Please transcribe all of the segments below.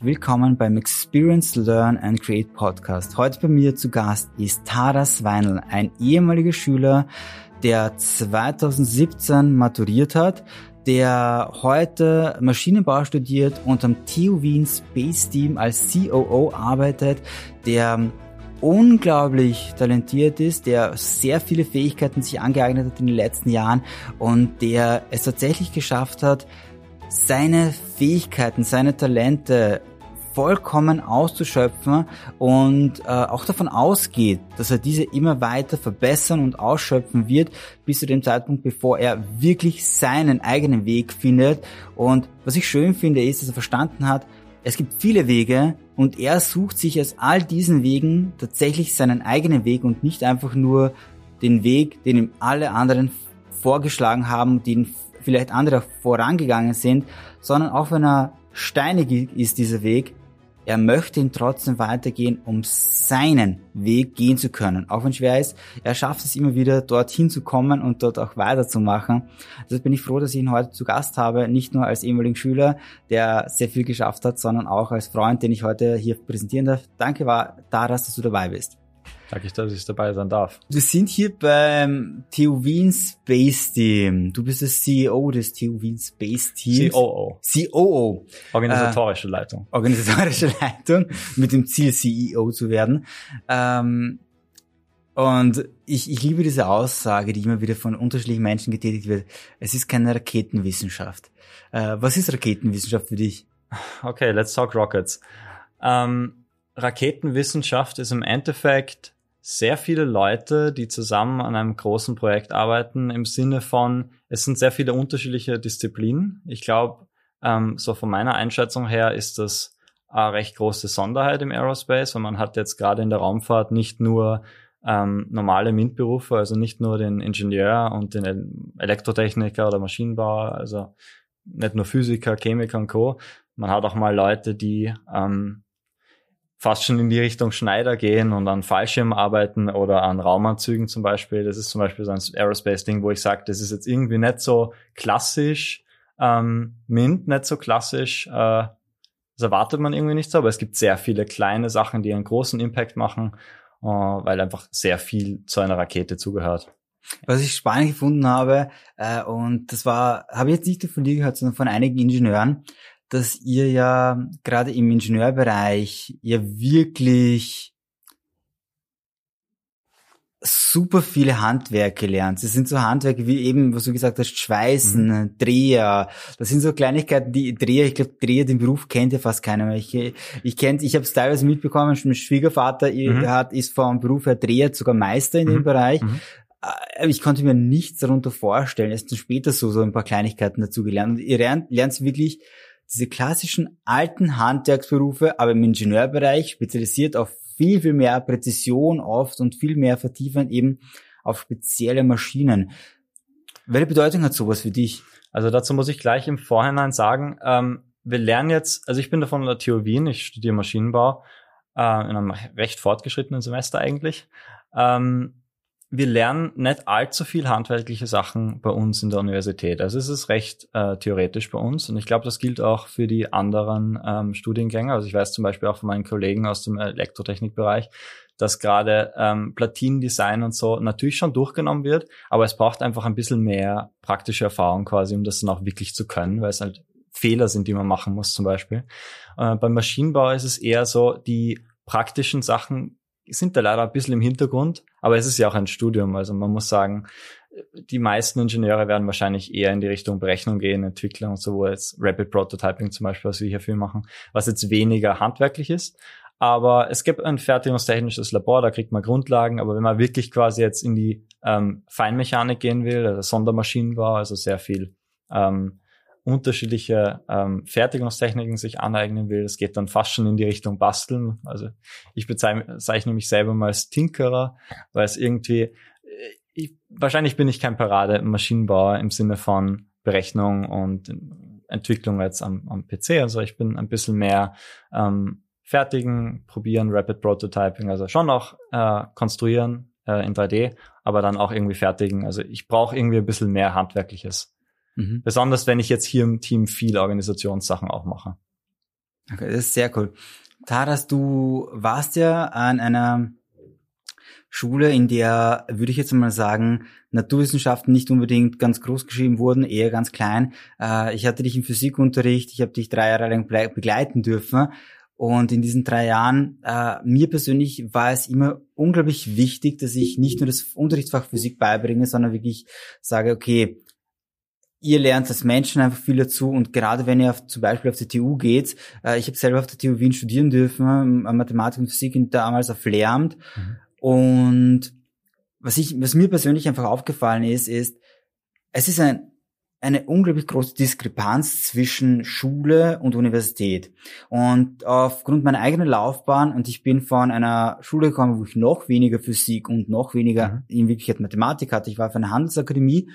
Willkommen beim Experience, Learn and Create Podcast. Heute bei mir zu Gast ist Taras Weinl, ein ehemaliger Schüler, der 2017 maturiert hat, der heute Maschinenbau studiert und am TU Wien Space Team als COO arbeitet, der unglaublich talentiert ist, der sehr viele Fähigkeiten sich angeeignet hat in den letzten Jahren und der es tatsächlich geschafft hat, seine Fähigkeiten, seine Talente vollkommen auszuschöpfen und auch davon ausgeht, dass er diese immer weiter verbessern und ausschöpfen wird, bis zu dem Zeitpunkt, bevor er wirklich seinen eigenen Weg findet. Und was ich schön finde, ist, dass er verstanden hat, es gibt viele Wege und er sucht sich aus all diesen Wegen tatsächlich seinen eigenen Weg und nicht einfach nur den Weg, den ihm alle anderen vorgeschlagen haben, den vielleicht andere vorangegangen sind, sondern auch wenn er steinig ist, dieser Weg, er möchte ihn trotzdem weitergehen, um seinen Weg gehen zu können. Auch wenn es schwer ist, er schafft es immer wieder, dorthin zu kommen und dort auch weiterzumachen. Deshalb bin ich froh, dass ich ihn heute zu Gast habe, nicht nur als ehemaligen Schüler, der sehr viel geschafft hat, sondern auch als Freund, den ich heute hier präsentieren darf. Danke, Taras, dass du dabei bist. Danke, dass ich dabei sein darf. Wir sind hier beim TU Wien Space Team. Du bist der CEO des TU Wien Space Teams. COO. Organisatorische Leitung. Organisatorische Leitung mit dem Ziel, CEO zu werden. Und ich liebe diese Aussage, die immer wieder von unterschiedlichen Menschen getätigt wird. Es ist keine Raketenwissenschaft. Was ist Raketenwissenschaft für dich? Okay, let's talk rockets. Raketenwissenschaft ist im Endeffekt sehr viele Leute, die zusammen an einem großen Projekt arbeiten, im Sinne von, es sind sehr viele unterschiedliche Disziplinen. Ich glaube, so von meiner Einschätzung her ist das eine recht große Sonderheit im Aerospace, weil man hat jetzt gerade in der Raumfahrt nicht nur normale MINT-Berufe, also nicht nur den Ingenieur und den Elektrotechniker oder Maschinenbauer, also nicht nur Physiker, Chemiker und Co. Man hat auch mal Leute, die fast schon in die Richtung Schneider gehen und an Fallschirmen arbeiten oder an Raumanzügen zum Beispiel. Das ist zum Beispiel so ein Aerospace-Ding, wo ich sage, das ist jetzt irgendwie nicht so klassisch, MINT, nicht so klassisch, das erwartet man irgendwie nicht so, aber es gibt sehr viele kleine Sachen, die einen großen Impact machen, weil einfach sehr viel zu einer Rakete zugehört. Was ich spannend gefunden habe, und das habe ich jetzt nicht nur von dir gehört, sondern von einigen Ingenieuren, dass ihr ja gerade im Ingenieurbereich ja wirklich super viele Handwerke lernt. Das sind so Handwerke wie eben, was du gesagt hast, Schweißen, Dreher. Das sind so Kleinigkeiten, die Dreher, ich glaube, Dreher, den Beruf kennt ja fast keiner mehr. Ich habe es teilweise mitbekommen, mein Schwiegervater ist vom Beruf her Dreher, sogar Meister in dem Bereich. Ich konnte mir nichts darunter vorstellen. Erst dann später so ein paar Kleinigkeiten dazu gelernt. Und ihr lernt wirklich diese klassischen alten Handwerksberufe, aber im Ingenieurbereich spezialisiert auf viel, viel mehr Präzision oft und viel mehr vertiefend eben auf spezielle Maschinen. Welche Bedeutung hat sowas für dich? Also dazu muss ich gleich im Vorhinein sagen, wir lernen jetzt, also ich bin davon an der TU Wien, ich studiere Maschinenbau in einem recht fortgeschrittenen Semester eigentlich. Wir lernen nicht allzu viel handwerkliche Sachen bei uns in der Universität. Also es ist recht theoretisch bei uns und ich glaube, das gilt auch für die anderen Studiengänge. Also ich weiß zum Beispiel auch von meinen Kollegen aus dem Elektrotechnikbereich, dass gerade Platinendesign und so natürlich schon durchgenommen wird, aber es braucht einfach ein bisschen mehr praktische Erfahrung quasi, um das dann auch wirklich zu können, weil es halt Fehler sind, die man machen muss zum Beispiel. Beim Maschinenbau ist es eher so, die praktischen Sachen sind da leider ein bisschen im Hintergrund, aber es ist ja auch ein Studium, also man muss sagen, die meisten Ingenieure werden wahrscheinlich eher in die Richtung Berechnung gehen, Entwickler und so, wo jetzt Rapid Prototyping zum Beispiel, was wir hier viel machen, was jetzt weniger handwerklich ist, aber es gibt ein fertigungstechnisches Labor, da kriegt man Grundlagen, aber wenn man wirklich quasi jetzt in die Feinmechanik gehen will, also Sondermaschinenbau, also sehr viel unterschiedliche Fertigungstechniken sich aneignen will. Es geht dann fast schon in die Richtung Basteln. Also ich bezeichne mich selber mal als Tinkerer, weil es irgendwie, wahrscheinlich bin ich kein Parade-Maschinenbauer im Sinne von Berechnung und Entwicklung jetzt am PC. Also ich bin ein bisschen mehr fertigen, probieren, Rapid Prototyping, also schon auch konstruieren in 3D, aber dann auch irgendwie fertigen. Also ich brauche irgendwie ein bisschen mehr Handwerkliches. Besonders wenn ich jetzt hier im Team viel Organisationssachen auch mache. Okay, das ist sehr cool. Taras, du warst ja an einer Schule, in der, würde ich jetzt mal sagen, Naturwissenschaften nicht unbedingt ganz groß geschrieben wurden, eher ganz klein. Ich hatte dich im Physikunterricht, ich habe dich 3 Jahre lang begleiten dürfen. Und in diesen 3 Jahren, mir persönlich war es immer unglaublich wichtig, dass ich nicht nur das Unterrichtsfach Physik beibringe, sondern wirklich sage, okay, ihr lernt als Menschen einfach viel dazu, und gerade wenn ihr zum Beispiel auf die TU geht, ich habe selber auf der TU Wien studieren dürfen, Mathematik und Physik damals auf Lehramt. Und was mir persönlich einfach aufgefallen ist, es ist eine unglaublich große Diskrepanz zwischen Schule und Universität. Und aufgrund meiner eigenen Laufbahn, und ich bin von einer Schule gekommen, wo ich noch weniger Physik und noch weniger in Wirklichkeit Mathematik hatte. Ich war auf einer Handelsakademie.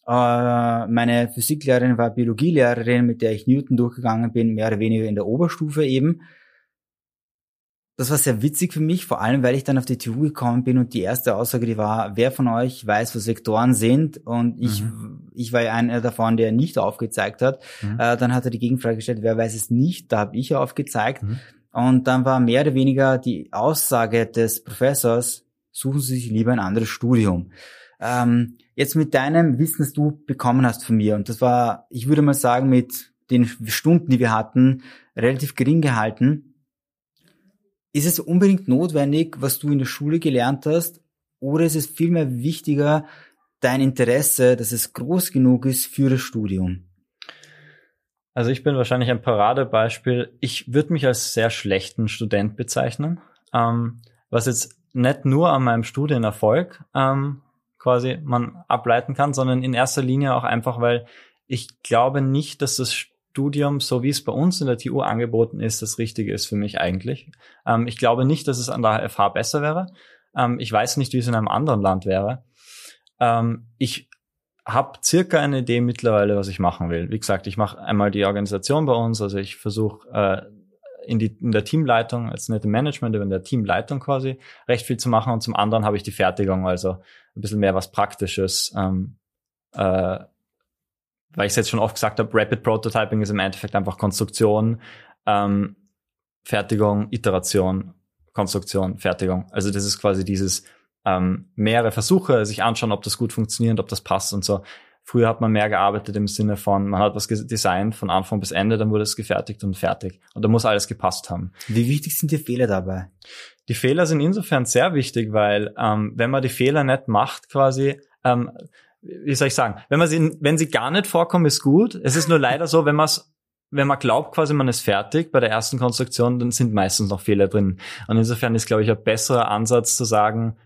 Meine Physiklehrerin war Biologielehrerin, mit der ich Newton durchgegangen bin, mehr oder weniger in der Oberstufe eben. Das war sehr witzig für mich, vor allem, weil ich dann auf die TU gekommen bin und die erste Aussage, die war, wer von euch weiß, was Vektoren sind? Und ich war ja einer davon, der nicht aufgezeigt hat. Dann hat er die Gegenfrage gestellt, wer weiß es nicht? Da habe ich ja aufgezeigt. Und dann war mehr oder weniger die Aussage des Professors, suchen Sie sich lieber ein anderes Studium. Jetzt mit deinem Wissen, das du bekommen hast von mir, und das war, ich würde mal sagen, mit den Stunden, die wir hatten, relativ gering gehalten. Ist es unbedingt notwendig, was du in der Schule gelernt hast, oder ist es vielmehr wichtiger, dein Interesse, dass es groß genug ist für das Studium? Also ich bin wahrscheinlich ein Paradebeispiel. Ich würde mich als sehr schlechten Student bezeichnen, was jetzt nicht nur an meinem Studienerfolg quasi man ableiten kann, sondern in erster Linie auch einfach, weil ich glaube nicht, dass das Studium, so wie es bei uns in der TU angeboten ist, das Richtige ist für mich eigentlich. Ich glaube nicht, dass es an der FH besser wäre. Ich weiß nicht, wie es in einem anderen Land wäre. Ich habe circa eine Idee mittlerweile, was ich machen will. Wie gesagt, ich mache einmal die Organisation bei uns, also ich versuche in der Teamleitung, als nicht im Management, aber in der Teamleitung quasi recht viel zu machen, und zum anderen habe ich die Fertigung, also ein bisschen mehr was Praktisches, weil ich es jetzt schon oft gesagt habe, Rapid Prototyping ist im Endeffekt einfach Konstruktion, Fertigung, Iteration, Konstruktion, Fertigung. Also das ist quasi dieses mehrere Versuche, sich anschauen, ob das gut funktioniert, ob das passt und so. Früher hat man mehr gearbeitet im Sinne von, man hat was designt von Anfang bis Ende, dann wurde es gefertigt und fertig. Und da muss alles gepasst haben. Wie wichtig sind die Fehler dabei? Die Fehler sind insofern sehr wichtig, weil wenn man die Fehler nicht macht, quasi, wie soll ich sagen, wenn sie gar nicht vorkommen, ist gut. Es ist nur leider so, wenn man glaubt, quasi man ist fertig bei der ersten Konstruktion, dann sind meistens noch Fehler drin. Und insofern ist, glaube ich, ein besserer Ansatz zu sagen,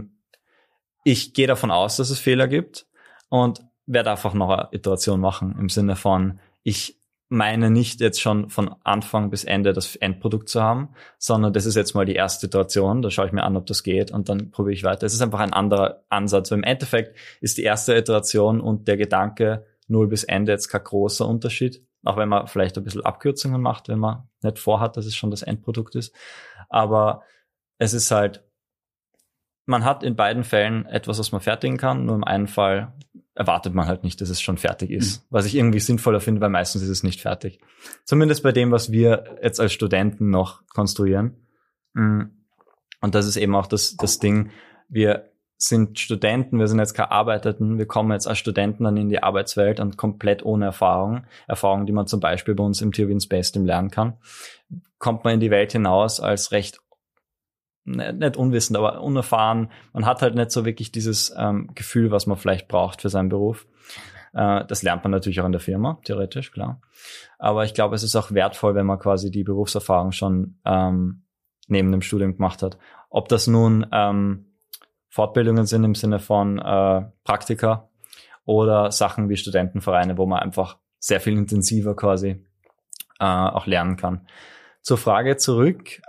ich gehe davon aus, dass es Fehler gibt und werde einfach noch eine Iteration machen, im Sinne von, ich meine nicht jetzt schon von Anfang bis Ende das Endprodukt zu haben, sondern das ist jetzt mal die erste Iteration, da schaue ich mir an, ob das geht, und dann probiere ich weiter. Es ist einfach ein anderer Ansatz, weil im Endeffekt ist die erste Iteration und der Gedanke 0 bis Ende jetzt kein großer Unterschied, auch wenn man vielleicht ein bisschen Abkürzungen macht, wenn man nicht vorhat, dass es schon das Endprodukt ist. Aber es ist halt, man hat in beiden Fällen etwas, was man fertigen kann, nur im einen Fall erwartet man halt nicht, dass es schon fertig ist. Was ich irgendwie sinnvoller finde, weil meistens ist es nicht fertig. Zumindest bei dem, was wir jetzt als Studenten noch konstruieren. Und das ist eben auch das Ding, wir sind Studenten, wir sind jetzt keine Arbeitenden, wir kommen jetzt als Studenten dann in die Arbeitswelt und komplett ohne Erfahrung, die man zum Beispiel bei uns im TU Wien Space Team lernen kann, kommt man in die Welt hinaus als recht nicht unwissend, aber unerfahren. Man hat halt nicht so wirklich dieses Gefühl, was man vielleicht braucht für seinen Beruf. Das lernt man natürlich auch in der Firma, theoretisch, klar. Aber ich glaube, es ist auch wertvoll, wenn man quasi die Berufserfahrung schon neben dem Studium gemacht hat. Ob das nun Fortbildungen sind im Sinne von Praktika oder Sachen wie Studentenvereine, wo man einfach sehr viel intensiver quasi auch lernen kann. Zur Frage zurück,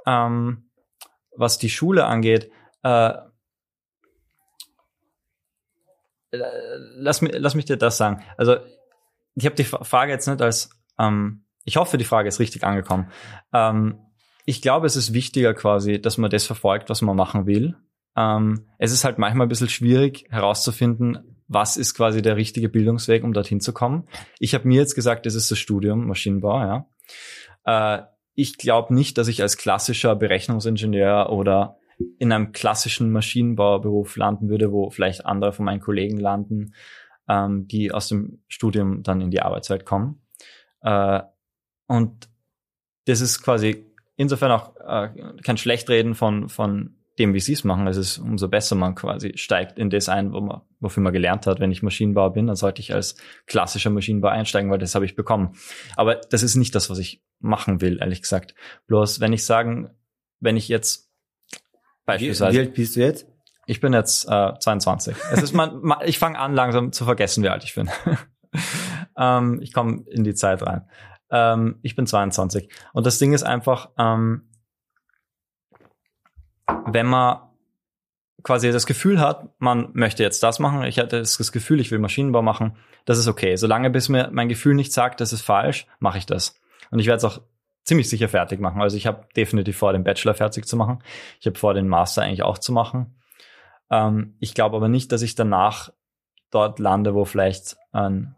was die Schule angeht, lass mich dir das sagen. Also ich habe die Frage jetzt nicht als, ich hoffe, die Frage ist richtig angekommen. Ich glaube, es ist wichtiger quasi, dass man das verfolgt, was man machen will. Es ist halt manchmal ein bisschen schwierig herauszufinden, was ist quasi der richtige Bildungsweg, um dorthin zu kommen. Ich habe mir jetzt gesagt, das ist das Studium Maschinenbau, ja. ich glaube nicht, dass ich als klassischer Berechnungsingenieur oder in einem klassischen Maschinenbauberuf landen würde, wo vielleicht andere von meinen Kollegen landen, die aus dem Studium dann in die Arbeitswelt kommen. Und das ist quasi insofern auch kein Schlechtreden von dem, wie sie es machen. Es ist umso besser, man quasi steigt in das ein, wofür man gelernt hat. Wenn ich Maschinenbauer bin, dann sollte ich als klassischer Maschinenbauer einsteigen, weil das habe ich bekommen. Aber das ist nicht das, was ich machen will, ehrlich gesagt. Bloß, wenn ich jetzt beispielsweise... Wie alt bist du jetzt? Ich bin jetzt 22. Es ist ich fange an, langsam zu vergessen, wie alt ich bin. Ich komme in die Zeit rein. Ich bin 22. Und das Ding ist einfach, wenn man quasi das Gefühl hat, man möchte jetzt das machen, ich hatte das Gefühl, ich will Maschinenbau machen, das ist okay. Solange bis mir mein Gefühl nicht sagt, das ist falsch, mache ich das. Und ich werde es auch ziemlich sicher fertig machen. Also ich habe definitiv vor, den Bachelor fertig zu machen. Ich habe vor, den Master eigentlich auch zu machen. Ich glaube aber nicht, dass ich danach dort lande, wo vielleicht man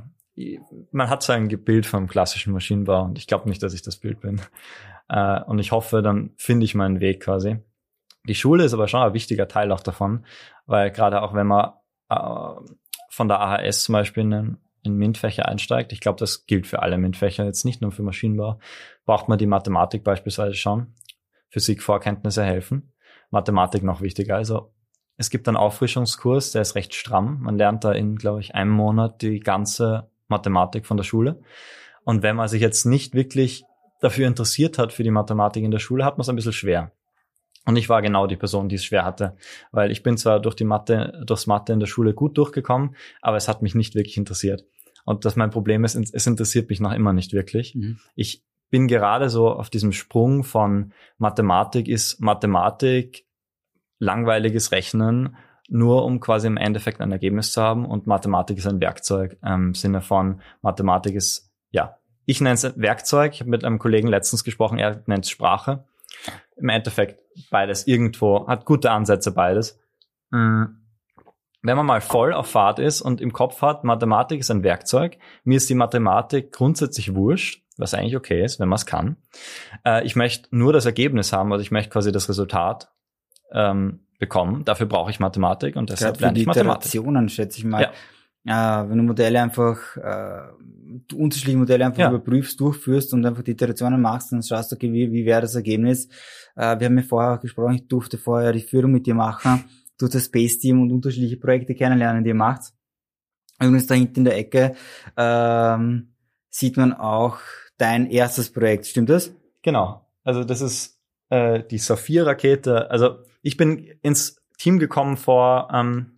hat so ein Bild vom klassischen Maschinenbau und ich glaube nicht, dass ich das Bild bin. Und ich hoffe, dann finde ich meinen Weg quasi. Die Schule ist aber schon ein wichtiger Teil auch davon, weil gerade auch wenn man von der AHS zum Beispiel in MINT-Fächer einsteigt, ich glaube, das gilt für alle MINT-Fächer, jetzt nicht nur für Maschinenbau, braucht man die Mathematik beispielsweise schon. Physik-Vorkenntnisse helfen. Mathematik noch wichtiger. Also es gibt einen Auffrischungskurs, der ist recht stramm. Man lernt da in, glaube ich, einem Monat die ganze Mathematik von der Schule. Und wenn man sich jetzt nicht wirklich dafür interessiert hat, für die Mathematik in der Schule, hat man es ein bisschen schwer. Und ich war genau die Person, die es schwer hatte. Weil ich bin zwar durchs Mathe in der Schule gut durchgekommen, aber es hat mich nicht wirklich interessiert. Und das mein Problem ist, es interessiert mich noch immer nicht wirklich. Mhm. Ich bin gerade so auf diesem Sprung von Mathematik ist Mathematik, langweiliges Rechnen, nur um quasi im Endeffekt ein Ergebnis zu haben. Und Mathematik ist ein Werkzeug im Sinne von Mathematik ist, ich nenne es Werkzeug. Ich habe mit einem Kollegen letztens gesprochen, er nennt es Sprache. Im Endeffekt beides irgendwo, hat gute Ansätze beides. Wenn man mal voll auf Fahrt ist und im Kopf hat, Mathematik ist ein Werkzeug, mir ist die Mathematik grundsätzlich wurscht, was eigentlich okay ist, wenn man es kann. Ich möchte nur das Ergebnis haben, also ich möchte quasi das Resultat bekommen. Dafür brauche ich Mathematik und deshalb lerne ich Mathematik. Iterationen, schätze ich mal. Ja. Wenn du Modelle einfach, unterschiedliche Modelle einfach überprüfst, durchführst und einfach die Iterationen machst, dann schaust du, okay, wie wäre das Ergebnis. Wir haben ja vorher gesprochen, ich durfte vorher die Führung mit dir machen, durch das Space Team und unterschiedliche Projekte kennenlernen, die ihr macht. Übrigens da hinten in der Ecke sieht man auch dein erstes Projekt, stimmt das? Genau. Also das ist die Saphir-Rakete. Also ich bin ins Team gekommen vor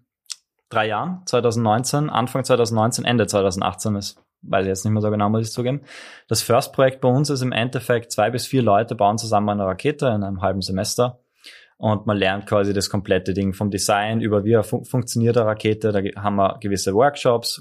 3 Jahren, 2019, Anfang 2019, Ende 2018 ist, weiß ich jetzt nicht mehr so genau, muss ich zugeben. Das First-Projekt bei uns ist im Endeffekt 2 bis 4 Leute bauen zusammen eine Rakete in einem halben Semester. Und man lernt quasi das komplette Ding vom Design über wie funktioniert eine Rakete. Da haben wir gewisse Workshops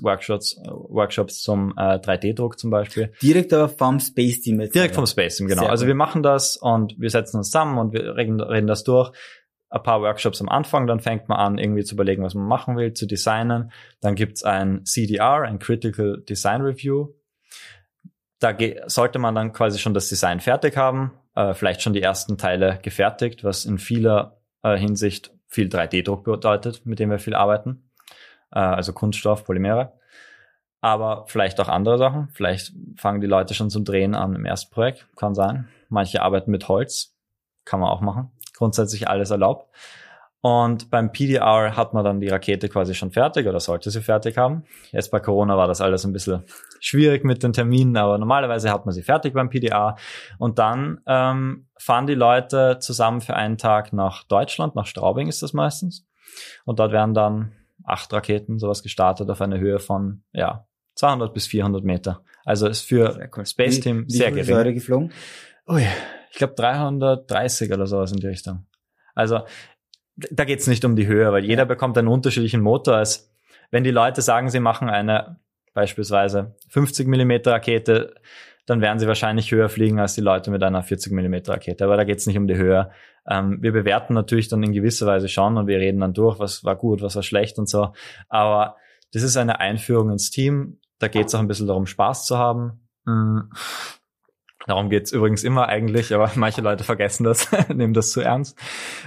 zum 3D-Druck zum Beispiel. Direkt aber vom Space Team jetzt. Direkt vom Space Team, genau. Sehr also gut. Wir machen das und wir setzen uns zusammen und wir reden das durch. Ein paar Workshops am Anfang, dann fängt man an, irgendwie zu überlegen, was man machen will, zu designen. Dann gibt's ein CDR, ein Critical Design Review. Da sollte man dann quasi schon das Design fertig haben, vielleicht schon die ersten Teile gefertigt, was in vieler Hinsicht viel 3D-Druck bedeutet, mit dem wir viel arbeiten. Also Kunststoff, Polymere. Aber vielleicht auch andere Sachen. Vielleicht fangen die Leute schon zum Drehen an im ersten Projekt. Kann sein. Manche arbeiten mit Holz. Kann man auch machen. Grundsätzlich alles erlaubt. Und beim PDR hat man dann die Rakete quasi schon fertig oder sollte sie fertig haben. Jetzt bei Corona war das alles ein bisschen schwierig mit den Terminen, aber normalerweise hat man sie fertig beim PDR. Und dann fahren die Leute zusammen für einen Tag nach Deutschland, nach Straubing ist das meistens. Und dort werden dann 8 Raketen sowas gestartet auf eine Höhe von 200 bis 400 Meter. Also ist für Space Team sehr gering. Wie viel ist geflogen? Ui, ich glaube 330 oder sowas in die Richtung. Also da geht's nicht um die Höhe, weil jeder bekommt einen unterschiedlichen Motor. Als wenn die Leute sagen, sie machen eine beispielsweise 50 mm Rakete, dann werden sie wahrscheinlich höher fliegen als die Leute mit einer 40 mm Rakete. Aber da geht's nicht um die Höhe. Wir bewerten natürlich dann in gewisser Weise schon und wir reden dann durch, was war gut, was war schlecht und so. Aber das ist eine Einführung ins Team. Da geht's auch ein bisschen darum, Spaß zu haben. Darum geht's übrigens immer eigentlich, aber manche Leute vergessen das, nehmen das zu ernst.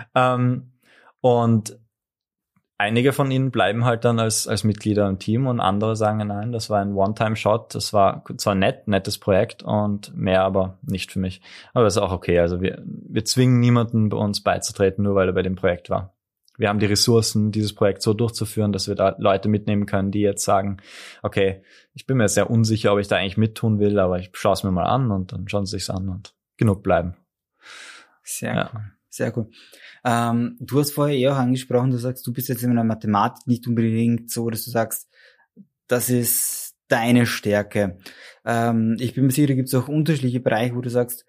Und einige von ihnen bleiben halt dann als Mitglieder im Team und andere sagen, nein, das war ein One-Time-Shot, das war zwar nettes Projekt und mehr aber nicht für mich. Aber das ist auch okay, also wir zwingen niemanden bei uns beizutreten, nur weil er bei dem Projekt war. Wir haben die Ressourcen, dieses Projekt so durchzuführen, dass wir da Leute mitnehmen können, die jetzt sagen, okay, ich bin mir sehr unsicher, ob ich da eigentlich mittun will, aber ich schaue es mir mal an und dann schauen sie sich's an und genug bleiben. Sehr cool. Sehr cool. Du hast vorher auch angesprochen, du sagst, du bist jetzt in der Mathematik nicht unbedingt so, dass du sagst, das ist deine Stärke. Ich bin mir sicher, da gibt es auch unterschiedliche Bereiche, wo du sagst,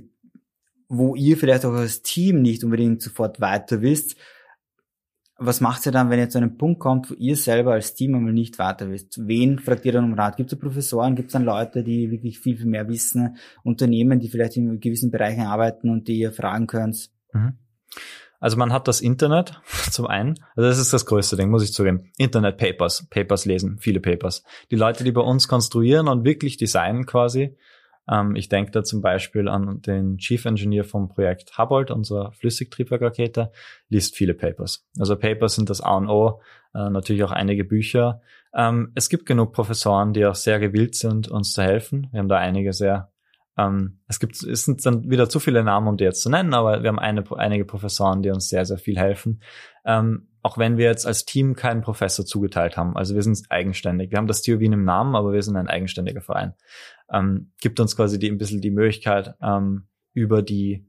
wo ihr vielleicht auch als Team nicht unbedingt sofort weiter wisst. Was macht ihr dann, wenn ihr zu einem Punkt kommt, wo ihr selber als Team einmal nicht weiter wisst? Wen fragt ihr dann um Rat? Gibt es Professoren, gibt es dann Leute, die wirklich viel, viel mehr wissen, Unternehmen, die vielleicht in gewissen Bereichen arbeiten und die ihr fragen könnt? Also man hat das Internet zum einen, also das ist das größte Ding, muss ich zugeben. Papers lesen, viele Papers. Die Leute, die bei uns konstruieren und wirklich designen quasi, ich denke da zum Beispiel an den Chief Engineer vom Projekt Hubble, unserer Flüssigtriebwerkrakete, liest viele Papers. Also Papers sind das A und O, natürlich auch einige Bücher. Es gibt genug Professoren, die auch sehr gewillt sind, uns zu helfen. Wir haben da einige sehr, es sind dann wieder zu viele Namen, um die jetzt zu nennen, aber wir haben einige Professoren, die uns sehr, sehr viel helfen. Auch wenn wir jetzt als Team keinen Professor zugeteilt haben. Also wir sind eigenständig. Wir haben das TU Wien im Namen, aber wir sind ein eigenständiger Verein. Gibt uns quasi ein bisschen die Möglichkeit, über die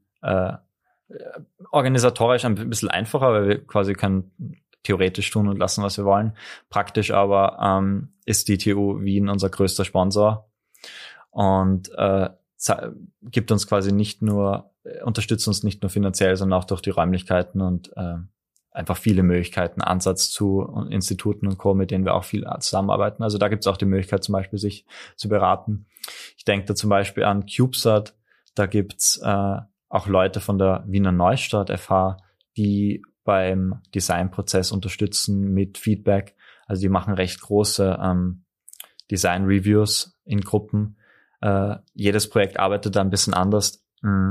organisatorisch ein bisschen einfacher, weil wir quasi können theoretisch tun und lassen, was wir wollen. Praktisch aber ist die TU Wien unser größter Sponsor und gibt uns quasi unterstützt uns nicht nur finanziell, sondern auch durch die Räumlichkeiten und einfach viele Möglichkeiten, Ansatz zu Instituten und Co., mit denen wir auch viel zusammenarbeiten. Also da gibt es auch die Möglichkeit, zum Beispiel sich zu beraten. Ich denke da zum Beispiel an CubeSat, da gibt's auch Leute von der Wiener Neustadt FH, die beim Designprozess unterstützen mit Feedback. Also die machen recht große Design-Reviews in Gruppen. Jedes Projekt arbeitet da ein bisschen anders.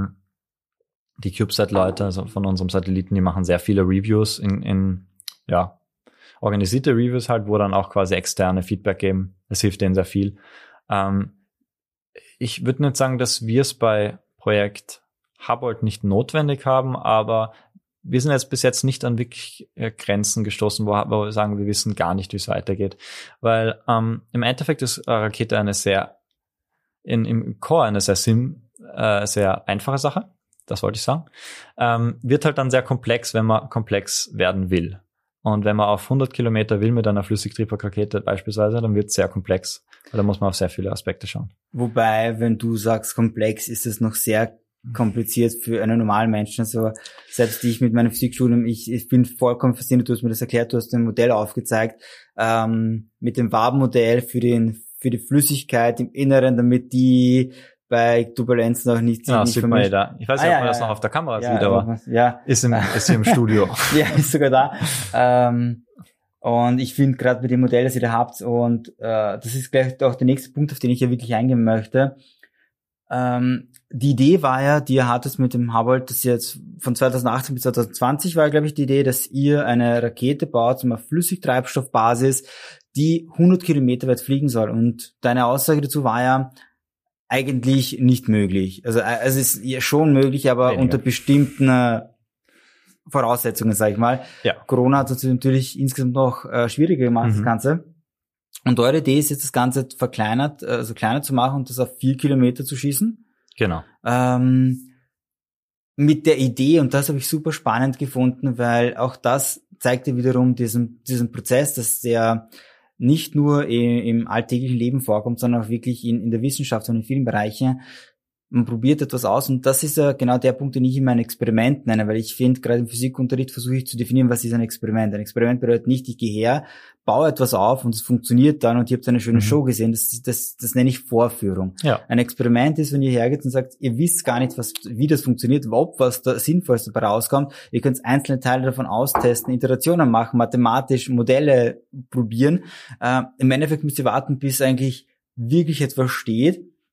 Die CubeSat-Leute, also von unserem Satelliten, die machen sehr viele Reviews in organisierte Reviews halt, wo dann auch quasi externe Feedback geben. Das hilft denen sehr viel. Ich würde nicht sagen, dass wir es bei Projekt Hubble nicht notwendig haben, aber wir sind jetzt bis jetzt nicht an wirklich Grenzen gestoßen, wo wir sagen, wir wissen gar nicht, wie es weitergeht. Weil im Endeffekt ist eine Rakete im Core eine sehr einfache Sache. Das wollte ich sagen. Wird halt dann sehr komplex, wenn man komplex werden will. Und wenn man auf 100 Kilometer will mit einer Flüssigtriebwerkrakete beispielsweise, dann wird es sehr komplex. Da muss man auf sehr viele Aspekte schauen. Wobei, wenn du sagst komplex, ist es noch sehr kompliziert für einen normalen Menschen. Also selbst ich mit meinem Physikstudium, ich bin vollkommen fasziniert, du hast mir das erklärt, du hast ein Modell aufgezeigt, mit dem Wabenmodell für die Flüssigkeit im Inneren, damit die bei Turbulenzen auch nicht sieht man da. Ich weiß nicht, ob man das noch auf der Kamera sieht, aber ist hier im Studio. Ja, ist sogar da. Und ich finde gerade mit dem Modell, das ihr da habt, und das ist gleich auch der nächste Punkt, auf den ich ja wirklich eingehen möchte. Die Idee war ja, die ihr hattet mit dem Hubble, das jetzt von 2018 bis 2020 war, glaube ich, die Idee, dass ihr eine Rakete baut, zum Beispiel Flüssigtreibstoffbasis, die 100 Kilometer weit fliegen soll. Und deine Aussage dazu war ja, eigentlich nicht möglich. Also es ist ja schon möglich, aber unter bestimmten Voraussetzungen, sag ich mal. Ja. Corona hat es natürlich insgesamt noch schwieriger gemacht, das Ganze. Und eure Idee ist jetzt, das Ganze kleiner zu machen und das auf 4 Kilometer zu schießen. Genau. Mit der Idee, und das habe ich super spannend gefunden, weil auch das zeigt ja wiederum diesen Prozess, dass der nicht nur im alltäglichen Leben vorkommt, sondern auch wirklich in der Wissenschaft und in vielen Bereichen. Man probiert etwas aus, und das ist ja genau der Punkt, den ich immer ein Experiment nenne, weil ich finde, gerade im Physikunterricht versuche ich zu definieren, was ist ein Experiment. Ein Experiment bedeutet nicht, ich gehe her, baue etwas auf und es funktioniert dann und ihr habt eine schöne Show gesehen. Das nenne ich Vorführung. Ja. Ein Experiment ist, wenn ihr hergeht und sagt, ihr wisst gar nicht, wie das funktioniert, überhaupt was da Sinnvollste dabei rauskommt. Ihr könnt einzelne Teile davon austesten, Iterationen machen, mathematisch Modelle probieren. Im Endeffekt müsst ihr warten, bis eigentlich wirklich etwas steht,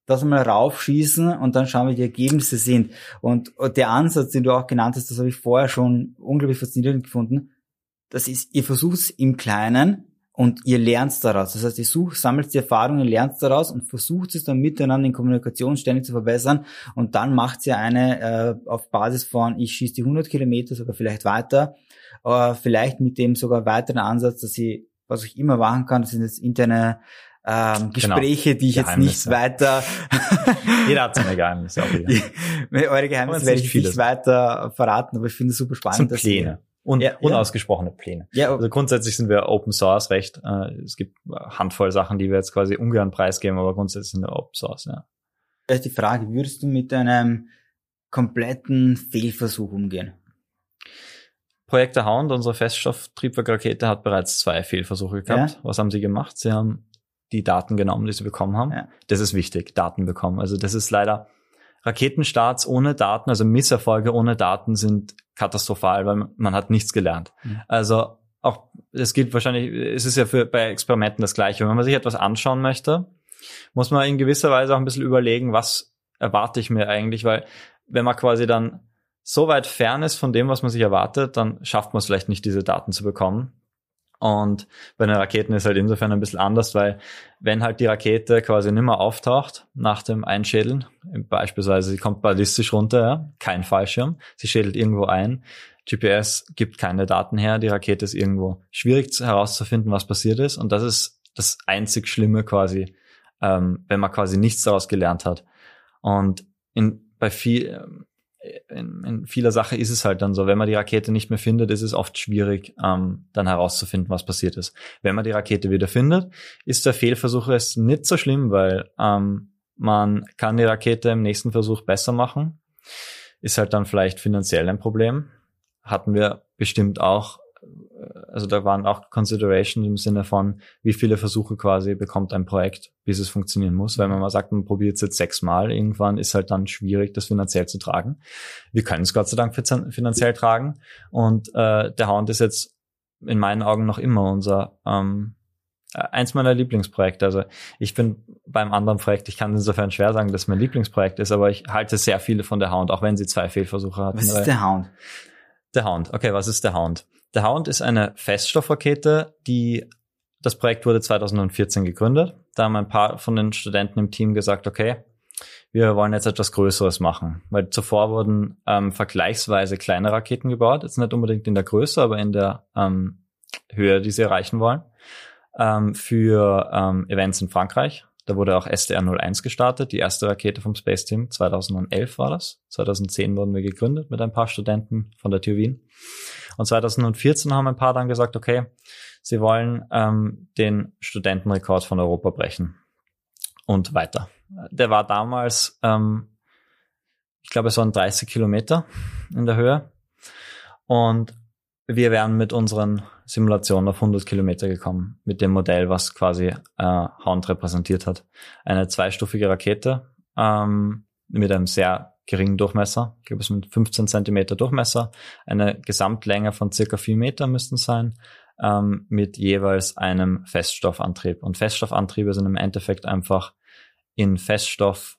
das mal raufschießen und dann schauen, wie die Ergebnisse sind. Und der Ansatz, den du auch genannt hast, das habe ich vorher schon unglaublich faszinierend gefunden. Das ist, ihr versucht es im Kleinen und ihr lernt daraus. Das heißt, ihr sammelt die Erfahrungen, lernt daraus und versucht es dann miteinander in Kommunikation ständig zu verbessern. Und dann macht ihr eine auf Basis von, ich schieße die 100 Kilometer, sogar vielleicht weiter. Vielleicht mit dem sogar weiteren Ansatz, dass sie, was ich immer machen kann, das sind jetzt interne Gespräche, die ich jetzt nicht weiter... Jeder hat seine Geheimnisse. Eure Geheimnisse werde ich nicht weiter verraten, aber ich finde es super spannend. Das sind Pläne. Und unausgesprochene Pläne. Ja, also grundsätzlich sind wir Open Source recht. Es gibt Handvoll Sachen, die wir jetzt quasi ungern preisgeben, aber grundsätzlich sind wir Open Source, ja. Vielleicht die Frage, würdest du mit einem kompletten Fehlversuch umgehen? Projekt der Hound, unsere Feststofftriebwerkrakete, hat bereits 2 Fehlversuche gehabt. Ja. Was haben sie gemacht? Sie haben die Daten genommen, die sie bekommen haben. Ja. Das ist wichtig, Daten bekommen. Also das ist leider, Raketenstarts ohne Daten, also Misserfolge ohne Daten sind katastrophal, weil man hat nichts gelernt. Mhm. Also auch, es gilt wahrscheinlich, es ist ja bei Experimenten das Gleiche. Wenn man sich etwas anschauen möchte, muss man in gewisser Weise auch ein bisschen überlegen, was erwarte ich mir eigentlich, weil wenn man quasi dann so weit fern ist von dem, was man sich erwartet, dann schafft man es vielleicht nicht, diese Daten zu bekommen. Und bei den Raketen ist halt insofern ein bisschen anders, weil wenn halt die Rakete quasi nicht mehr auftaucht nach dem Einschädeln, beispielsweise sie kommt ballistisch runter, ja, kein Fallschirm, sie schädelt irgendwo ein, GPS gibt keine Daten her, die Rakete ist irgendwo schwierig herauszufinden, was passiert ist, und das ist das einzig Schlimme quasi, wenn man quasi nichts daraus gelernt hat. Und in vieler Sache ist es halt dann so, wenn man die Rakete nicht mehr findet, ist es oft schwierig, dann herauszufinden, was passiert ist. Wenn man die Rakete wieder findet, ist der Fehlversuch es nicht so schlimm, weil man kann die Rakete im nächsten Versuch besser machen. Ist halt dann vielleicht finanziell ein Problem. Hatten wir bestimmt auch, also da waren auch Considerations im Sinne von, wie viele Versuche quasi bekommt ein Projekt, bis es funktionieren muss. Weil wenn man sagt, man probiert es jetzt 6-mal, irgendwann ist halt dann schwierig, das finanziell zu tragen. Wir können es Gott sei Dank finanziell tragen. Und der Hound ist jetzt in meinen Augen noch immer eins meiner Lieblingsprojekte. Also ich bin beim anderen Projekt, ich kann insofern schwer sagen, dass mein Lieblingsprojekt ist, aber ich halte sehr viele von der Hound, auch wenn sie 2 Fehlversuche hatten. Was ist der Hound? Der Hound. Okay, was ist der Hound? Der Hound ist eine Feststoffrakete, das Projekt wurde 2014 gegründet. Da haben ein paar von den Studenten im Team gesagt, okay, wir wollen jetzt etwas Größeres machen. Weil zuvor wurden vergleichsweise kleine Raketen gebaut, jetzt nicht unbedingt in der Größe, aber in der Höhe, die sie erreichen wollen, für Events in Frankreich. Da wurde auch SDR-01 gestartet, die erste Rakete vom Space Team. 2011 war das. 2010 wurden wir gegründet mit ein paar Studenten von der TU Wien. Und 2014 haben ein paar dann gesagt, okay, sie wollen den Studentenrekord von Europa brechen. Und weiter. Der war damals, ich glaube, es waren 30 Kilometer in der Höhe. Und wir wären mit unseren Simulationen auf 100 Kilometer gekommen, mit dem Modell, was quasi Hound repräsentiert hat. Eine 2-stufige Rakete mit einem sehr geringen Durchmesser, ich glaube es mit 15 Zentimeter Durchmesser, eine Gesamtlänge von circa 4 Meter müssten sein, mit jeweils einem Feststoffantrieb. Und Feststoffantriebe sind im Endeffekt einfach in Feststoff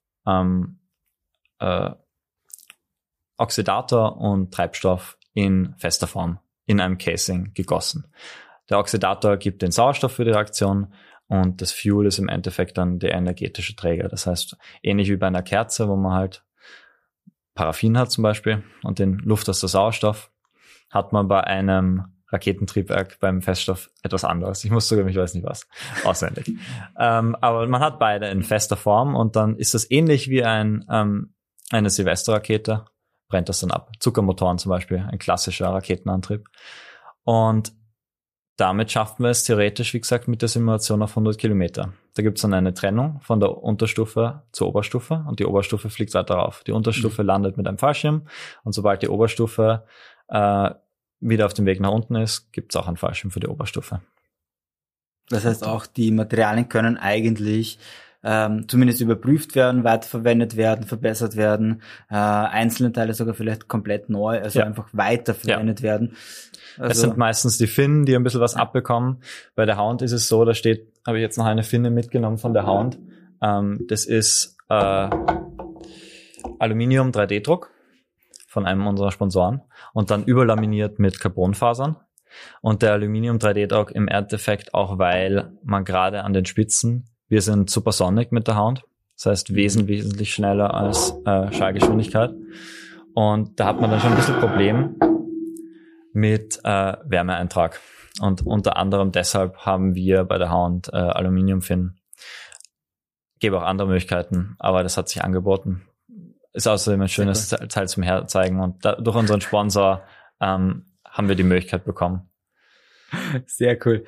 Oxidator und Treibstoff in fester Form in einem Casing gegossen. Der Oxidator gibt den Sauerstoff für die Reaktion und das Fuel ist im Endeffekt dann der energetische Träger. Das heißt, ähnlich wie bei einer Kerze, wo man halt Paraffin hat zum Beispiel und den Luft aus der Sauerstoff, hat man bei einem Raketentriebwerk beim Feststoff etwas anderes. Ich muss sogar, ich weiß nicht was, auswendig. Aber man hat beide in fester Form und dann ist das ähnlich wie eine Silvesterrakete, brennt das dann ab. Zuckermotoren zum Beispiel, ein klassischer Raketenantrieb. Und damit schaffen wir es theoretisch, wie gesagt, mit der Simulation auf 100 Kilometer. Da gibt es dann eine Trennung von der Unterstufe zur Oberstufe und die Oberstufe fliegt weiter rauf. Die Unterstufe landet mit einem Fallschirm und sobald die Oberstufe wieder auf dem Weg nach unten ist, gibt es auch einen Fallschirm für die Oberstufe. Das heißt, auch die Materialien können eigentlich zumindest überprüft werden, weiterverwendet werden, verbessert werden, einzelne Teile sogar vielleicht komplett neu, also einfach weiterverwendet werden. Also es sind meistens die Finnen, die ein bisschen was abbekommen. Bei der Hound ist es so, habe ich jetzt noch eine Finne mitgenommen von der Hound. Das ist Aluminium 3D-Druck von einem unserer Sponsoren und dann überlaminiert mit Carbonfasern. Und der Aluminium 3D-Druck im Endeffekt auch, weil man gerade an den Spitzen, wir sind supersonic mit der Hound, das heißt wesentlich schneller als Schallgeschwindigkeit. Und da hat man dann schon ein bisschen Problem mit Wärmeeintrag. Und unter anderem deshalb haben wir bei der Hound Aluminiumfin. Gäbe auch andere Möglichkeiten, aber das hat sich angeboten. Ist außerdem ein schönes Teil zum Herzeigen und durch unseren Sponsor haben wir die Möglichkeit bekommen. Sehr cool.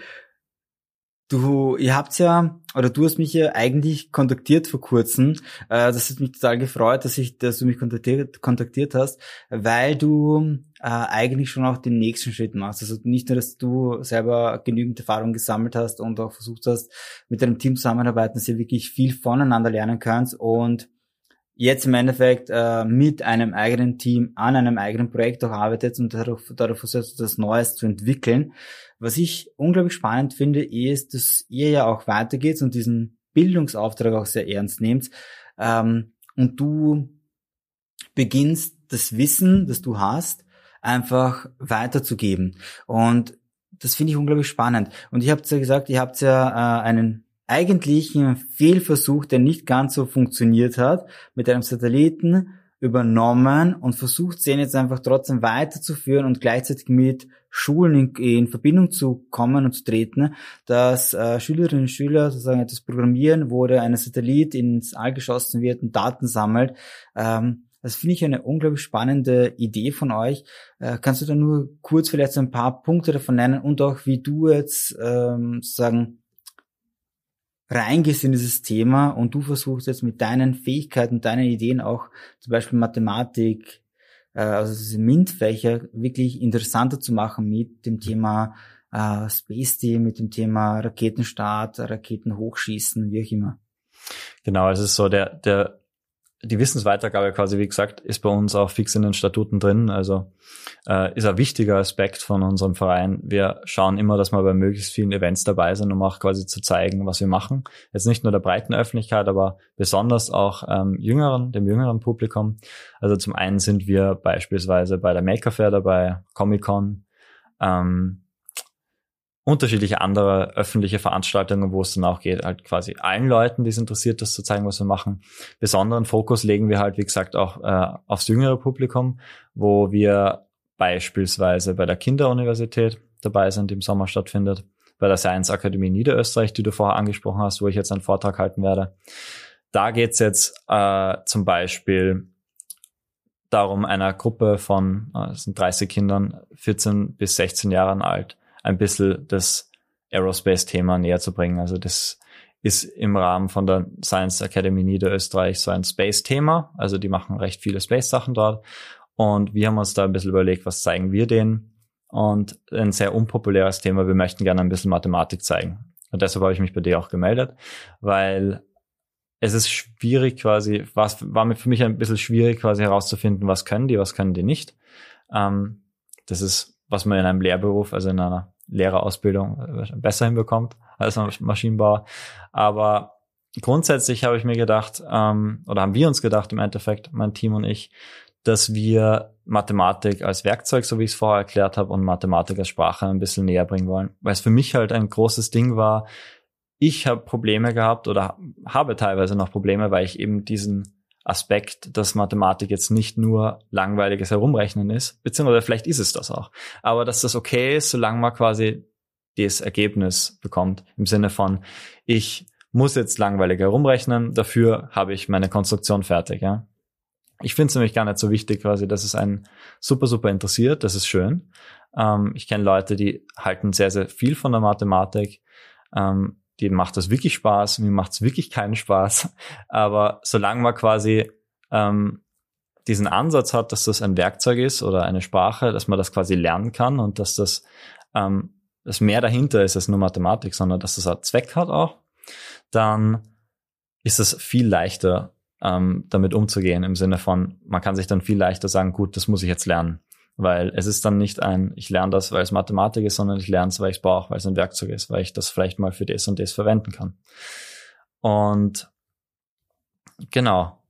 Ihr habt's ja, oder du hast mich ja eigentlich kontaktiert vor kurzem. Das hat mich total gefreut, dass du mich kontaktiert hast, weil du eigentlich schon auch den nächsten Schritt machst. Also nicht nur, dass du selber genügend Erfahrung gesammelt hast und auch versucht hast, mit deinem Team zusammenarbeiten, dass ihr wirklich viel voneinander lernen könnt und jetzt im Endeffekt mit einem eigenen Team an einem eigenen Projekt auch arbeitet und dadurch versucht, das Neues zu entwickeln. Was ich unglaublich spannend finde, ist, dass ihr ja auch weitergeht und diesen Bildungsauftrag auch sehr ernst nehmt. Und du beginnst das Wissen, das du hast, einfach weiterzugeben. Und das finde ich unglaublich spannend. Und ich habe ja gesagt, ihr habt ja einen eigentlichen Fehlversuch, der nicht ganz so funktioniert hat, mit einem Satelliten übernommen und versucht, den jetzt einfach trotzdem weiterzuführen und gleichzeitig mit Schulen in Verbindung zu kommen und zu treten, dass Schülerinnen und Schüler sozusagen etwas programmieren, wo ein Satellit ins All geschossen wird und Daten sammelt. Das finde ich eine unglaublich spannende Idee von euch. Kannst du da nur kurz vielleicht so ein paar Punkte davon nennen und auch wie du jetzt sozusagen reingehst in dieses Thema und du versuchst jetzt mit deinen Fähigkeiten, deinen Ideen auch zum Beispiel Mathematik, also diese MINT-Fächer wirklich interessanter zu machen mit dem Thema Space Team, mit dem Thema Raketenstart, Raketenhochschießen, wie auch immer. Genau, es ist so, die Wissensweitergabe quasi, wie gesagt, ist bei uns auch fix in den Statuten drin, also ist ein wichtiger Aspekt von unserem Verein. Wir schauen immer, dass wir bei möglichst vielen Events dabei sind, um auch quasi zu zeigen, was wir machen. Jetzt nicht nur der breiten Öffentlichkeit, aber besonders auch dem jüngeren Publikum. Also zum einen sind wir beispielsweise bei der Maker Faire dabei, Comic-Con, unterschiedliche andere öffentliche Veranstaltungen, wo es dann auch geht, halt quasi allen Leuten, die es interessiert, das zu zeigen, was wir machen. Besonderen Fokus legen wir halt, wie gesagt, auch aufs jüngere Publikum, wo wir beispielsweise bei der Kinderuniversität dabei sind, die im Sommer stattfindet, bei der Science Akademie Niederösterreich, die du vorher angesprochen hast, wo ich jetzt einen Vortrag halten werde. Da geht's jetzt zum Beispiel darum, einer Gruppe von es sind 30 Kindern, 14 bis 16 Jahren alt, ein bisschen das Aerospace-Thema näher zu bringen. Also das ist im Rahmen von der Science Academy Niederösterreich so ein Space-Thema. Also die machen recht viele Space-Sachen dort. Und wir haben uns da ein bisschen überlegt, was zeigen wir denen? Und ein sehr unpopuläres Thema, wir möchten gerne ein bisschen Mathematik zeigen. Und deshalb habe ich mich bei dir auch gemeldet, weil es ist schwierig quasi, war für mich ein bisschen schwierig quasi herauszufinden, was können die nicht. Das ist, was man in einem Lehrberuf, also in einer Lehrerausbildung besser hinbekommt als ein Maschinenbauer. Aber grundsätzlich habe ich mir gedacht, oder haben wir uns gedacht im Endeffekt, mein Team und ich, dass wir Mathematik als Werkzeug, so wie ich es vorher erklärt habe, und Mathematik als Sprache ein bisschen näher bringen wollen. Weil es für mich halt ein großes Ding war, ich habe Probleme gehabt oder habe teilweise noch Probleme, weil ich eben diesen Aspekt, dass Mathematik jetzt nicht nur langweiliges Herumrechnen ist, beziehungsweise vielleicht ist es das auch, aber dass das okay ist, solange man quasi das Ergebnis bekommt, im Sinne von, ich muss jetzt langweilig herumrechnen, dafür habe ich meine Konstruktion fertig. Ja. Ich finde es nämlich gar nicht so wichtig, quasi, dass es einen super, super interessiert, das ist schön. Ich kenne Leute, die halten sehr, sehr viel von der Mathematik, denen macht das wirklich Spaß, mir macht es wirklich keinen Spaß. Aber solange man quasi diesen Ansatz hat, dass das ein Werkzeug ist oder eine Sprache, dass man das quasi lernen kann und dass das mehr dahinter ist als nur Mathematik, sondern dass das einen Zweck hat auch, dann ist es viel leichter, damit umzugehen, im Sinne von, man kann sich dann viel leichter sagen, gut, das muss ich jetzt lernen. Weil es ist dann nicht ich lerne das, weil es Mathematik ist, sondern ich lerne es, weil ich es brauche, weil es ein Werkzeug ist, weil ich das vielleicht mal für das und das verwenden kann. Und Genau.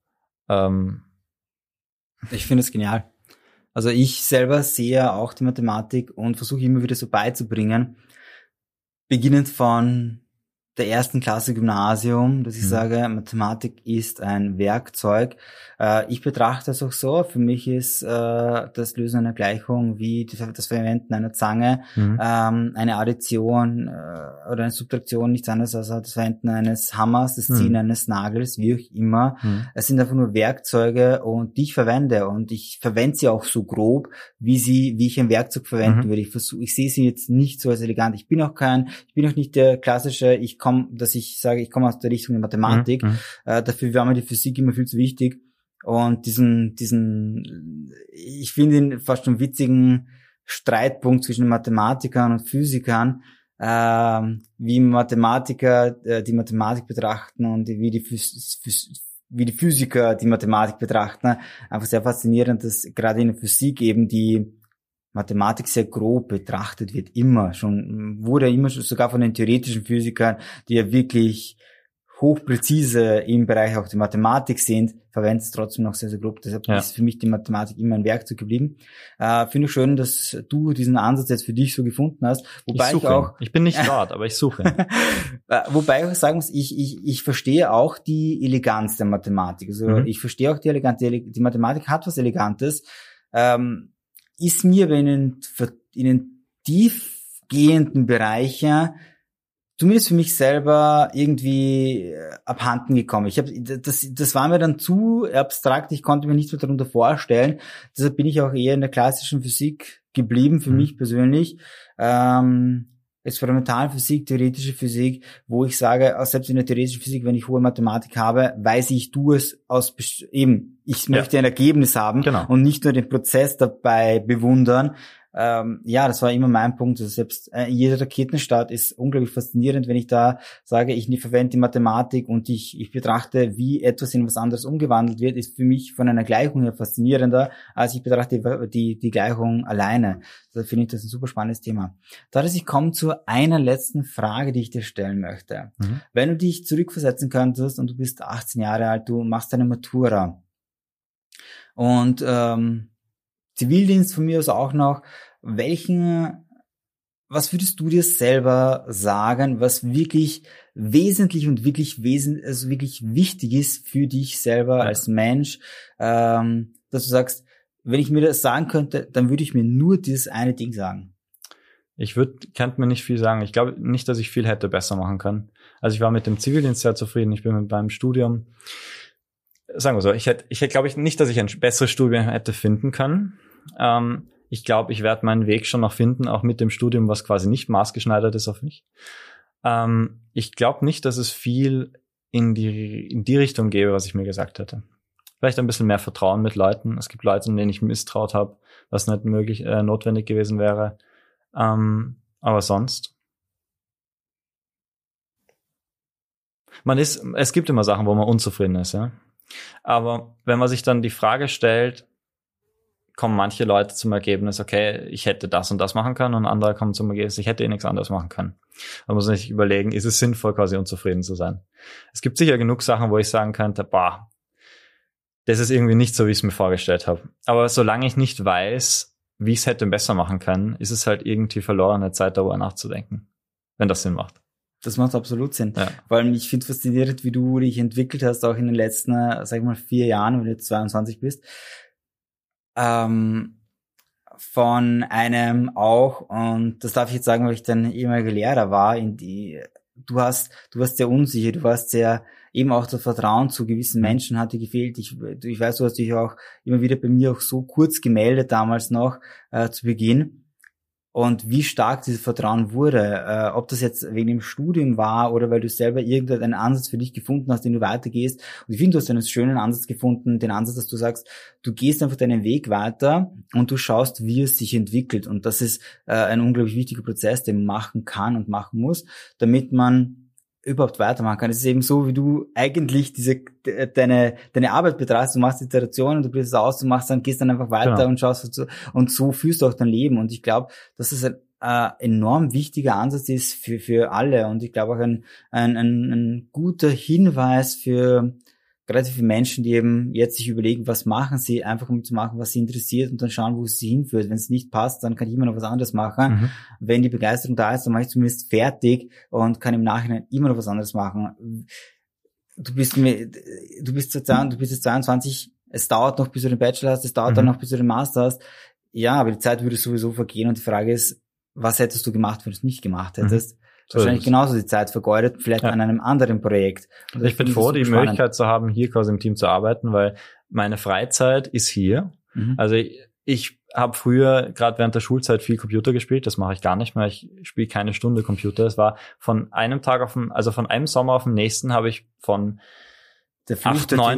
Ich finde es genial. Also ich selber sehe auch die Mathematik und versuche immer wieder so beizubringen, beginnend von der ersten Klasse Gymnasium, dass ich sage, Mathematik ist ein Werkzeug. Ich betrachte es auch so, für mich ist das Lösen einer Gleichung wie das Verwenden einer Zange, eine Addition oder eine Subtraktion nichts anderes als das Verwenden eines Hammers, das Ziehen eines Nagels, wie auch immer. Es sind einfach nur Werkzeuge und die ich verwende und ich verwende sie auch so grob, wie ich ein Werkzeug verwenden würde. Ich sehe sie jetzt nicht so als elegant. Ich bin auch nicht der klassische, ich komme aus der Richtung der Mathematik. Dafür war mir die Physik immer viel zu wichtig. Und ich finde ihn fast schon witzigen Streitpunkt zwischen Mathematikern und Physikern, wie Mathematiker die Mathematik betrachten und wie die Physiker die Mathematik betrachten. Einfach sehr faszinierend, dass gerade in der Physik eben die Mathematik sehr grob betrachtet wird, wurde immer schon sogar von den theoretischen Physikern, die ja wirklich hochpräzise im Bereich auch der Mathematik sind, verwendet es trotzdem noch sehr, sehr grob. Deshalb ist für mich die Mathematik immer ein Werkzeug geblieben. Finde ich schön, dass du diesen Ansatz jetzt für dich so gefunden hast. Ich bin nicht dort, aber ich suche. Wobei ich auch sagen muss, ich verstehe auch die Eleganz der Mathematik. Also ich verstehe auch die Eleganz. Die Mathematik hat was Elegantes. Ist mir in den tiefgehenden Bereichen zumindest für mich selber irgendwie abhanden gekommen. Das war mir dann zu abstrakt, ich konnte mir nichts mehr darunter vorstellen. Deshalb bin ich auch eher in der klassischen Physik geblieben, für mich persönlich. Experimentalphysik, theoretische Physik, wo ich sage, selbst in der theoretischen Physik, wenn ich hohe Mathematik habe, weiß ich tue es ich möchte ein Ergebnis haben und nicht nur den Prozess dabei bewundern. Das war immer mein Punkt. Also selbst jeder Raketenstart ist unglaublich faszinierend, wenn ich da sage, ich verwende die Mathematik und ich betrachte, wie etwas in was anderes umgewandelt wird, ist für mich von einer Gleichung her faszinierender, als ich betrachte die Gleichung alleine. Da finde ich das ein super spannendes Thema. Ich komme zu einer letzten Frage, die ich dir stellen möchte. Wenn du dich zurückversetzen könntest und du bist 18 Jahre alt, du machst deine Matura und Zivildienst von mir aus auch noch, was würdest du dir selber sagen, was wirklich wesentlich und wirklich wichtig ist für dich selber als Mensch, dass du sagst, wenn ich mir das sagen könnte, dann würde ich mir nur dieses eine Ding sagen. Könnte mir nicht viel sagen. Ich glaube nicht, dass ich viel hätte besser machen können. Also ich war mit dem Zivildienst sehr zufrieden. Ich bin mit meinem Studium, sagen wir so, ich hätte glaube ich nicht, dass ich ein besseres Studium hätte finden können. Ich glaube, ich werde meinen Weg schon noch finden, auch mit dem Studium, was quasi nicht maßgeschneidert ist auf mich. Ich glaube nicht, dass es viel in die Richtung gäbe, was ich mir gesagt hätte. Vielleicht ein bisschen mehr Vertrauen mit Leuten. Es gibt Leute, denen ich misstraut habe, was nicht notwendig gewesen wäre. Aber sonst. Es gibt immer Sachen, wo man unzufrieden ist, ja. Aber wenn man sich dann die Frage stellt, kommen manche Leute zum Ergebnis, okay, ich hätte das und das machen können, und andere kommen zum Ergebnis, ich hätte nichts anderes machen können. Man muss sich überlegen, ist es sinnvoll, quasi unzufrieden zu sein? Es gibt sicher genug Sachen, wo ich sagen könnte, das ist irgendwie nicht so, wie ich es mir vorgestellt habe. Aber solange ich nicht weiß, wie ich es hätte besser machen können, ist es halt irgendwie verlorene Zeit, darüber nachzudenken, wenn das Sinn macht. Das macht absolut Sinn. Ja. Vor allem, ich finde es faszinierend, wie du dich entwickelt hast, auch in den letzten, 4 Jahren, wenn du jetzt 22 bist. Von einem auch, und das darf ich jetzt sagen, weil ich dein ehemaliger Lehrer war, du warst sehr unsicher, du warst sehr, eben auch das Vertrauen zu gewissen Menschen hat dir gefehlt. Ich weiß, du hast dich auch immer wieder bei mir auch so kurz gemeldet, damals noch, zu Beginn. Und wie stark dieses Vertrauen wurde, ob das jetzt wegen dem Studium war oder weil du selber irgendeinen Ansatz für dich gefunden hast, den du weitergehst. Und ich finde, du hast einen schönen Ansatz gefunden, den Ansatz, dass du sagst, du gehst einfach deinen Weg weiter und du schaust, wie es sich entwickelt. Und das ist ein unglaublich wichtiger Prozess, den man machen kann und machen muss, damit man überhaupt weitermachen kann. Es ist eben so, wie du eigentlich deine Arbeit betreibst. Du machst Iterationen, du bildest es aus, du gehst dann einfach weiter und schaust und so führst du auch dein Leben. Und ich glaube, dass es ein enorm wichtiger Ansatz ist für alle. Und ich glaube auch ein guter Hinweis für gerade für Menschen, die eben jetzt sich überlegen, was machen sie, einfach um zu machen, was sie interessiert und dann schauen, wo es sie hinführt. Wenn es nicht passt, dann kann ich immer noch was anderes machen. Wenn die Begeisterung da ist, dann mache ich zumindest fertig und kann im Nachhinein immer noch was anderes machen. Du bist jetzt 22, es dauert noch, bis du den Bachelor hast, es dauert dann noch, bis du den Master hast. Ja, aber die Zeit würde sowieso vergehen und die Frage ist, was hättest du gemacht, wenn du es nicht gemacht hättest? Wahrscheinlich genauso die Zeit vergeudet, vielleicht an einem anderen Projekt. Und ich bin froh, die Möglichkeit zu haben, hier quasi im Team zu arbeiten, weil meine Freizeit ist hier. Also ich habe früher, gerade während der Schulzeit, viel Computer gespielt. Das mache ich gar nicht mehr. Ich spiele keine Stunde Computer. Es war von einem Tag von einem Sommer auf den nächsten habe ich von 8-9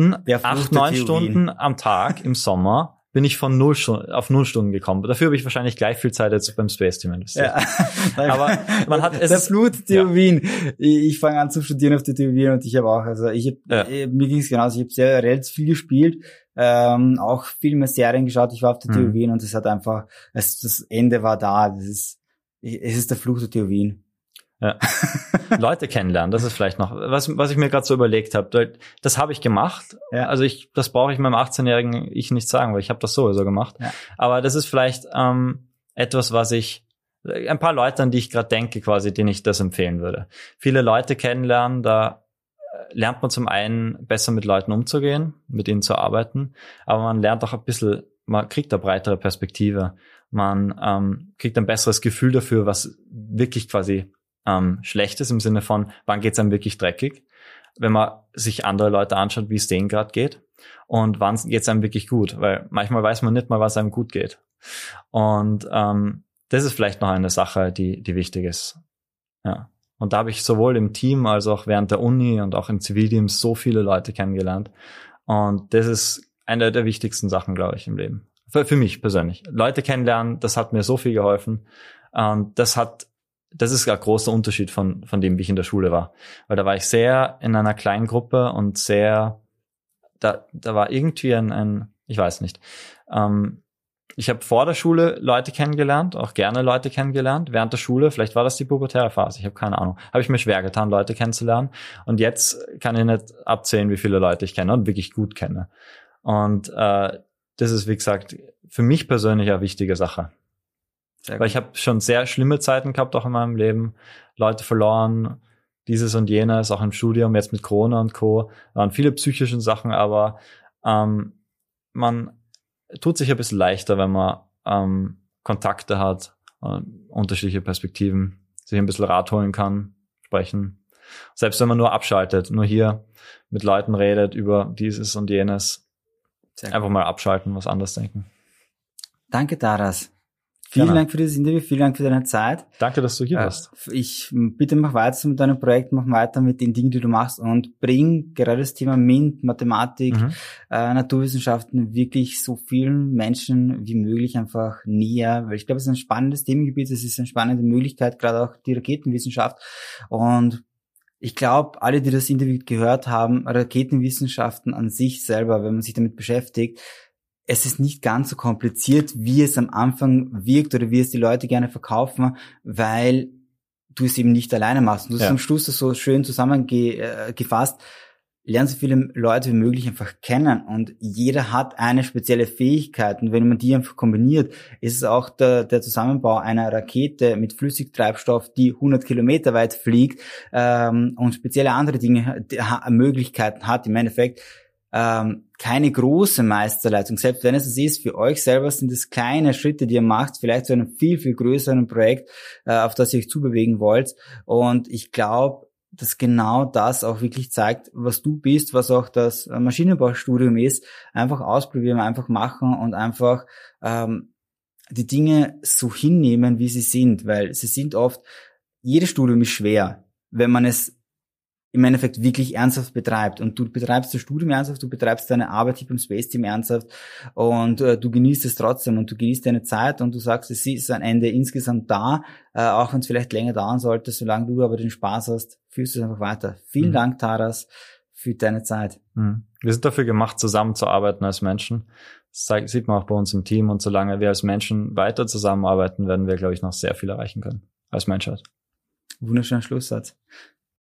Stunden am Tag im Sommer bin ich von 0 Stunden gekommen. Dafür habe ich wahrscheinlich gleich viel Zeit jetzt beim Space Team investiert. Ja. Aber man hat der Flut TU Wien. Ich fange an zu studieren auf der TU Wien und ich habe auch, also mir ging es genauso. Ich habe relativ viel gespielt, auch viel mehr Serien geschaut. Ich war auf der TU Wien und es hat einfach, das Ende war da. Es ist der Fluch der TU Wien. Ja. Leute kennenlernen, das ist vielleicht noch, was ich mir gerade so überlegt habe. Das habe ich gemacht. Ja. Also das brauche ich meinem 18-jährigen Ich nicht sagen, weil ich habe das sowieso gemacht. Ja. Aber das ist vielleicht etwas, ein paar Leute, an die ich gerade denke, quasi, denen ich das empfehlen würde. Viele Leute kennenlernen, da lernt man zum einen besser mit Leuten umzugehen, mit ihnen zu arbeiten, aber man lernt auch ein bisschen, man kriegt eine breitere Perspektive. Man kriegt ein besseres Gefühl dafür, was wirklich quasi schlecht ist, im Sinne von, wann geht's einem wirklich dreckig, wenn man sich andere Leute anschaut, wie es denen gerade geht und wann geht's einem wirklich gut, weil manchmal weiß man nicht mal, was einem gut geht. Und das ist vielleicht noch eine Sache, die wichtig ist. Ja. Und da habe ich sowohl im Team als auch während der Uni und auch im Zivildienst so viele Leute kennengelernt. Und das ist eine der wichtigsten Sachen, glaube ich, im Leben. Für mich persönlich. Leute kennenlernen, das hat mir so viel geholfen. Und das ist ein großer Unterschied von dem, wie ich in der Schule war. Weil da war ich sehr in einer kleinen Gruppe und da war irgendwie ich weiß nicht. Ich habe vor der Schule Leute kennengelernt, auch gerne Leute kennengelernt. Während der Schule, vielleicht war das die pubertäre Phase, ich habe keine Ahnung, habe ich mir schwer getan, Leute kennenzulernen. Und jetzt kann ich nicht abzählen, wie viele Leute ich kenne und wirklich gut kenne. Und das ist, wie gesagt, für mich persönlich eine wichtige Sache. Weil ich habe schon sehr schlimme Zeiten gehabt, auch in meinem Leben. Leute verloren, dieses und jenes, auch im Studium, jetzt mit Corona und Co. waren viele psychische Sachen, aber man tut sich ein bisschen leichter, wenn man Kontakte hat, unterschiedliche Perspektiven, sich ein bisschen Rat holen kann, sprechen. Selbst wenn man nur abschaltet, nur hier mit Leuten redet über dieses und jenes. Einfach mal abschalten, was anderes denken. Danke, Taras. Vielen Dank für dieses Interview, vielen Dank für deine Zeit. Danke, dass du hier warst. Bitte mach weiter mit deinem Projekt, mach weiter mit den Dingen, die du machst und bring gerade das Thema MINT, Mathematik, Naturwissenschaften wirklich so vielen Menschen wie möglich einfach näher, weil ich glaube, es ist ein spannendes Themengebiet, es ist eine spannende Möglichkeit, gerade auch die Raketenwissenschaft und ich glaube, alle, die das Interview gehört haben, Raketenwissenschaften an sich selber, wenn man sich damit beschäftigt, es ist nicht ganz so kompliziert, wie es am Anfang wirkt oder wie es die Leute gerne verkaufen, weil du es eben nicht alleine machst. Und du hast am Schluss das so schön zusammengefasst. Lern so viele Leute wie möglich einfach kennen und jeder hat eine spezielle Fähigkeit und wenn man die einfach kombiniert, ist es auch der Zusammenbau einer Rakete mit Flüssigtreibstoff, die 100 Kilometer weit fliegt und spezielle andere Dinge, Möglichkeiten hat im Endeffekt. Keine große Meisterleistung, selbst wenn es ist, für euch selber sind es kleine Schritte, die ihr macht, vielleicht zu einem viel, viel größeren Projekt, auf das ihr euch zubewegen wollt. Und ich glaube, dass genau das auch wirklich zeigt, was du bist, was auch das Maschinenbaustudium ist. Einfach ausprobieren, einfach machen und einfach die Dinge so hinnehmen, wie sie sind, weil sie sind oft, jedes Studium ist schwer, wenn man es im Endeffekt wirklich ernsthaft betreibt. Und du betreibst das Studium ernsthaft, du betreibst deine Arbeit hier beim Space Team ernsthaft und du genießt es trotzdem und du genießt deine Zeit und du sagst, es ist ein Ende insgesamt da, auch wenn es vielleicht länger dauern sollte, solange du aber den Spaß hast, führst du es einfach weiter. Vielen Dank, Taras, für deine Zeit. Wir sind dafür gemacht, zusammenzuarbeiten als Menschen. Das sieht man auch bei uns im Team und solange wir als Menschen weiter zusammenarbeiten, werden wir, glaube ich, noch sehr viel erreichen können als Menschheit. Wunderschöner Schlusssatz.